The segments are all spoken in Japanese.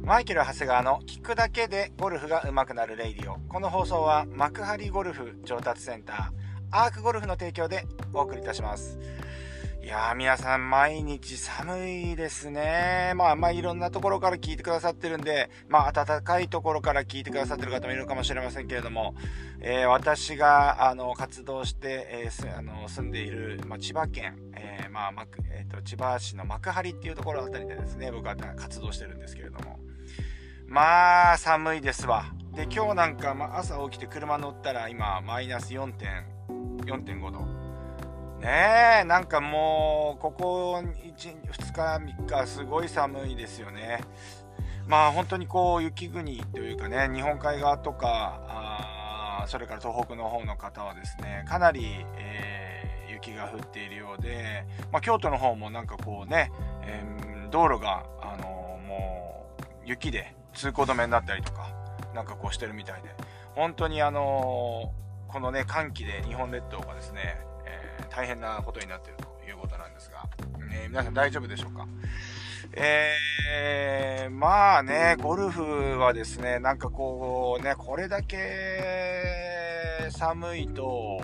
マイケル長谷川の聞くだけでゴルフが上手くなるレイディオ。この放送は幕張ゴルフ上達センターアークゴルフの提供でお送りいたします。いやー、皆さん毎日寒いですね。いろんなところから聞いてくださってるんで、暖かいところから聞いてくださってる方もいるかもしれませんけれども、私が活動して、住んでいる、千葉県、千葉市の幕張っていうところあたりでですね、僕は活動してるんですけれども、寒いですわ。で、今日なんか、朝起きて車乗ったら今マイナス 4.5 度ねえ、なんかもうここ2日3日すごい寒いですよね。本当にこう雪国というかね、日本海側とかそれから東北の方の方はですね、かなり、雪が降っているようで、京都の方もなんかこうね、道路がもう雪で通行止めになったりとかなんかこうしてるみたいで、本当にこのね寒気で日本列島がですね、大変なことになっているということなんですが、皆さん大丈夫でしょうか。ゴルフはですね、なんかこうね、これだけ寒いと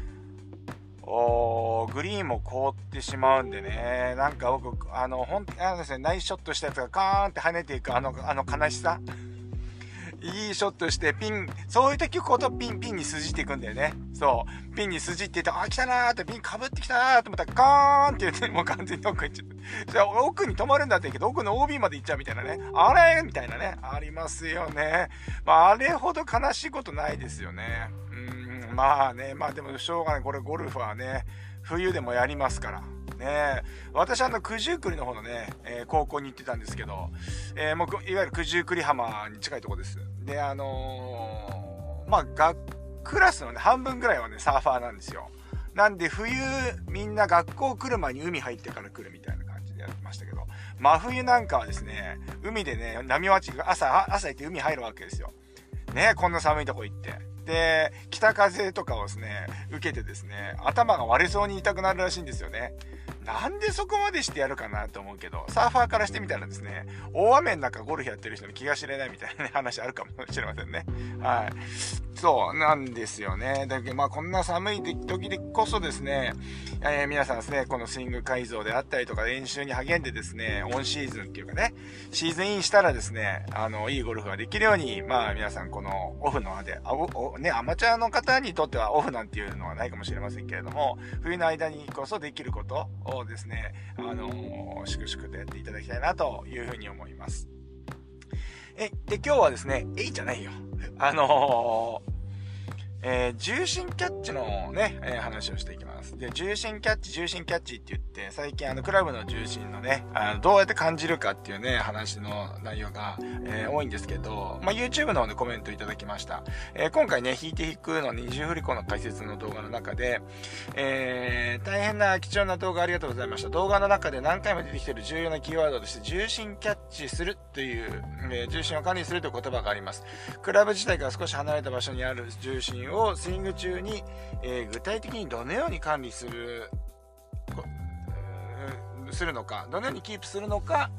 グリーンも凍ってしまうんでね、なんか僕ですね、ナイスショットしたやつがカーンって跳ねていく悲しさ、いいショットしてそういう時こそピンに筋っていくんだよね。そう。ピンに筋って言って、来たなーって、ピン被ってきたなーと思ったら、カーンって言って、もう完全に奥に行っちゃって。じゃあ、奥に止まるんだってけど、奥の OB まで行っちゃうみたいなね。あれみたいなね。ありますよね。あれほど悲しいことないですよね。でもしょうがない。これゴルフはね、冬でもやりますから。ね、私九十九里の方のね、高校に行ってたんですけど、もういわゆる九十九里浜に近いところです。で、クラスのね、半分ぐらいはね、サーファーなんですよ。なんで冬、みんな学校来る前に海入ってから来るみたいな感じでやってましたけど、真冬なんかはですね、海でね、波待ちが朝行って海入るわけですよ。ね、こんな寒いとこ行って。で、北風とかをですね、受けてですね、頭が割れそうに痛くなるらしいんですよね。なんでそこまでしてやるかなと思うけど、サーファーからしてみたらですね、大雨の中ゴルフやってる人に気が知れないみたいな、ね、話あるかもしれませんね。はい。そうなんですよね。だけどこんな寒い時でこそですね、皆さんですね、このスイング改造であったりとか練習に励んでですね、オンシーズンっていうかね、シーズンインしたらですね、いいゴルフができるように、皆さんこのオフの間で、アマチュアの方にとってはオフなんていうのはないかもしれませんけれども、冬の間にこそできることをですね、粛々とやっていただきたいなというふうに思います。で、今日はですね、じゃないよ。重心キャッチのね、話をしていきます。で、重心キャッチって言って、最近クラブの重心のね、どうやって感じるかっていうね、話の内容が、多いんですけど、YouTube の方でコメントいただきました。今回ね、引いて引くの二重振り子の解説の動画の中で、大変な貴重な動画ありがとうございました。動画の中で何回も出てきている重要なキーワードとして、重心キャッチするという、重心を管理するという言葉があります。クラブ自体から少し離れた場所にある重心をスイング中に、具体的にどのように管理するのか、どのようにキープするのか、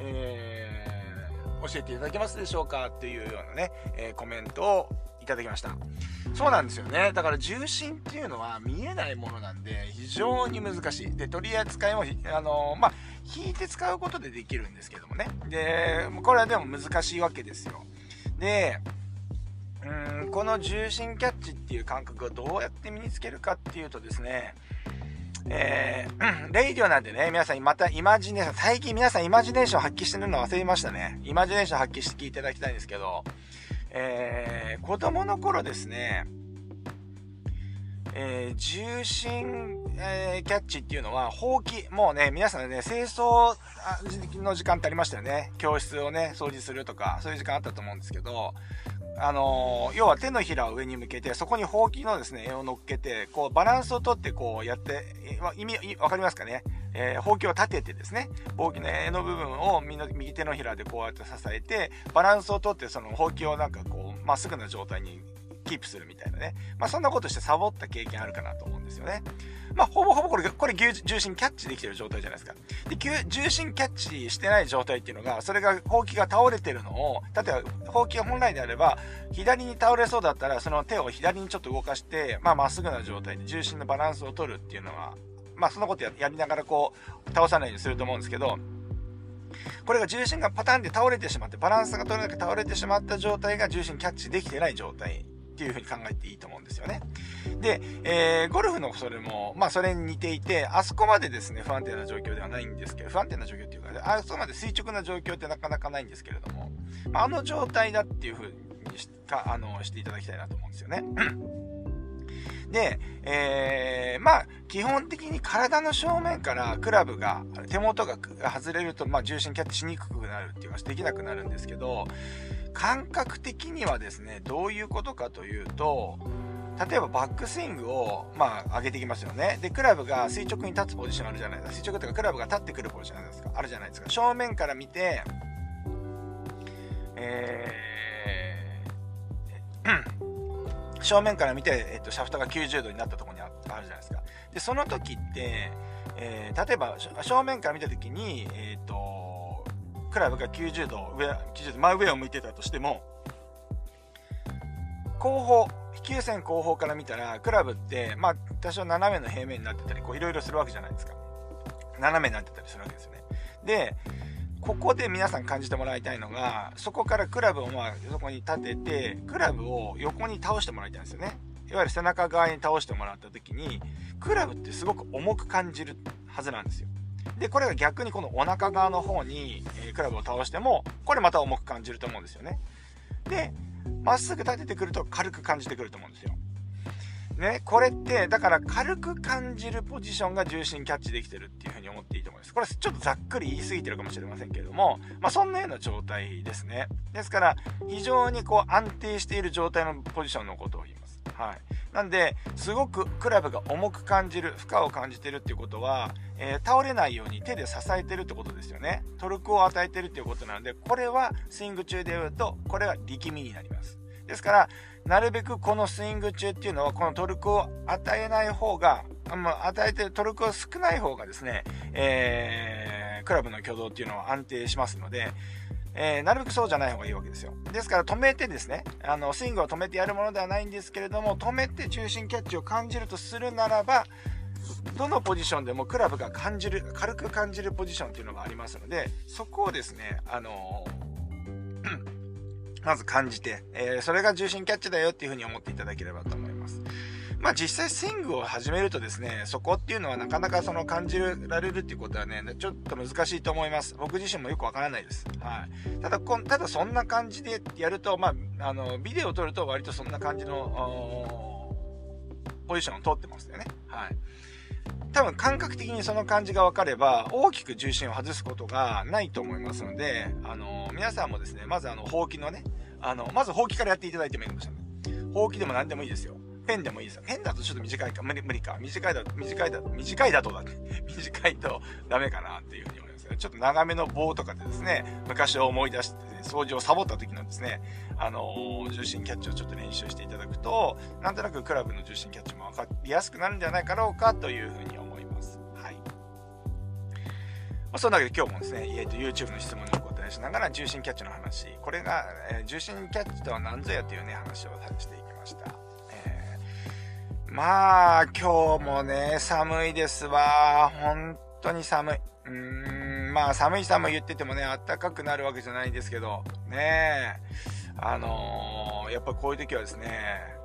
教えていただけますでしょうかっていうようなね、コメントをいただきました。そうなんですよね。だから重心っていうのは見えないものなんで非常に難しい。で、取り扱いも引いて使うことでできるんですけどもね。で、これはでも難しいわけですよ。で、この重心キャッチっていう感覚をどうやって身につけるかっていうとですね、レイディオなんでね、皆さんまたイマジネーション、最近皆さんイマジネーション発揮してるの忘れましたね。イマジネーション発揮して聞いていただきたいんですけど、子供の頃ですね、重心、キャッチっていうのはほうき、もうね、皆さんね、清掃の時間ってありましたよね。教室をね、掃除するとか、そういう時間あったと思うんですけど、要は手のひらを上に向けて、そこにほうきのですね、絵を乗っけて、こうバランスをとってこうやって、意味わかりますかね。ほうきを立ててですね、ほうきの絵の部分を右手のひらでこうやって支えて、バランスをとってそのほうきをなんかこう、まっすぐな状態にキープするみたいなね。そんなことしてサボった経験あるかなと思うんですよね。ほぼほぼこれ重心キャッチできてる状態じゃないですか。で、重心キャッチしてない状態っていうのが、それが、ほうきが倒れてるのを、例えば、ほうきが本来であれば、左に倒れそうだったら、その手を左にちょっと動かして、まっすぐな状態で重心のバランスを取るっていうのは、そんなことやりながら倒さないようにすると思うんですけど、これが重心がパターンで倒れてしまって、バランスが取れなく倒れてしまった状態が重心キャッチできてない状態っていう風に考えていいと思うんですよね。で、ゴルフのそれも、それに似ていて、あそこまでですね、不安定な状況ではないんですけど、不安定な状況っていうか、あそこまで垂直な状況ってなかなかないんですけれども、あの状態だっていう風にしていただきたいなと思うんですよね。で、基本的に体の正面からクラブが、手元が外れると、重心キャッチしにくくなるっていうか、できなくなるんですけど、感覚的にはですね、どういうことかというと、例えばバックスイングを、上げていきますよね。で、クラブが垂直に立つポジションあるじゃないですか。垂直というか、クラブが立ってくるポジションあるじゃないですか。正面から見て、正面から見て、シャフトが90度になったところにあるじゃないですか。で、その時って、例えば、正面から見た時に、クラブが90度、真上を向いてたとしても、飛球線後方から見たら、クラブって、多少斜めの平面になってたり、いろいろするわけじゃないですか。斜めになってたりするわけですよね。で、ここで皆さん感じてもらいたいのが、そこからクラブをそこに立てて、クラブを横に倒してもらいたいんですよね。いわゆる背中側に倒してもらった時に、クラブってすごく重く感じるはずなんですよ。で、これが逆にこのお腹側の方に、クラブを倒しても、これまた重く感じると思うんですよね。で、まっすぐ立ててくると軽く感じてくると思うんですよ。ね、これって、だから軽く感じるポジションが重心キャッチできてるっていう風に思っていいと思います。これちょっとざっくり言い過ぎてるかもしれませんけれども、そんなような状態ですね。ですから、非常に安定している状態のポジションのことを言います。はい。なんで、すごくクラブが重く感じる、負荷を感じてるっていうことは、倒れないように手で支えてるってことですよね。トルクを与えてるっていうことなので、これはスイング中で言うと、これは力みになります。ですから、なるべくこのスイング中っていうのは、このトルクを与えない方が、与えてるトルクを少ない方がですね、クラブの挙動っていうのは安定しますので、なるべくそうじゃない方がいいわけですよ。ですから止めてですね、スイングを止めてやるものではないんですけれども、止めて重心キャッチを感じるとするならば、どのポジションでもクラブが軽く感じるポジションっていうのがありますので、そこをですね、まず感じて、それが重心キャッチだよっていうふうに思っていただければと思います。実際スイングを始めるとですね、そこっていうのはなかなか感じられるっていうことはね、ちょっと難しいと思います。僕自身もよくわからないです。はい。ただそんな感じでやると、ビデオを撮ると割とそんな感じの、ポジションを取ってますよね。はい。多分感覚的にその感じが分かれば大きく重心を外すことがないと思いますので、皆さんもですね、まずほうきのね、まずほうきからやっていただいてもいいかもしれない。ほうきでも何でもいいですよ。ペンでもいいですよ。ペンだとちょっと短いか、無理か。短いとダメかなっていうふうに思いますね。ちょっと長めの棒とかでですね、昔を思い出して、掃除をサボった時のですね、重心キャッチをちょっと練習していただくと、なんとなくクラブの重心キャッチも分かりやすくなるんじゃないかろうかというふうに思います。はい。そんなわけで今日もですね、YouTube の質問にお答えしながら重心キャッチの話、これが、重心キャッチとは何ぞやというね、話をしていきました。今日もね、寒いですわ。本当に寒い。寒い言っててもね、暖かくなるわけじゃないんですけど、ねやっぱこういう時はですね、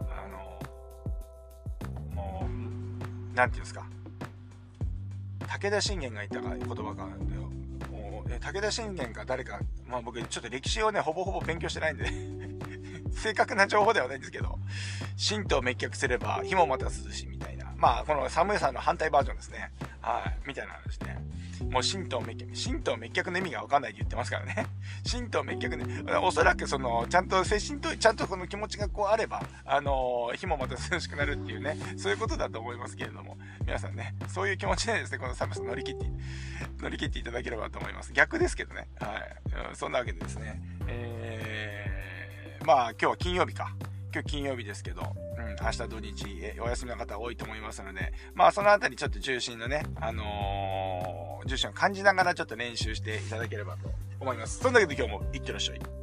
もう、なんていうんですか、武田信玄が言った言葉があるんだよ。もう武田信玄か誰か、僕ちょっと歴史をね、ほぼほぼ勉強してないんで、正確な情報ではないんですけど、神道滅却すれば火もまた涼しみたいな、この寒さの反対バージョンですね。はい、みたいな話ね。もう神道滅却の意味が分かんないって言ってますからね。神道滅却ね、おそらくちゃんと精神とちゃんとこの気持ちがあれば、火もまた涼しくなるっていうね、そういうことだと思いますけれども、皆さんね、そういう気持ちでですね、この寒さ乗り切っていただければと思います。逆ですけどね。はい。そんなわけでですね、今日は金曜日か。 今日金曜日ですけど、明日土日、お休みの方多いと思いますので、まあそのあたりちょっと重心のね、重心を感じながらちょっと練習していただければと思います。そんだけで今日もいってらっしゃい。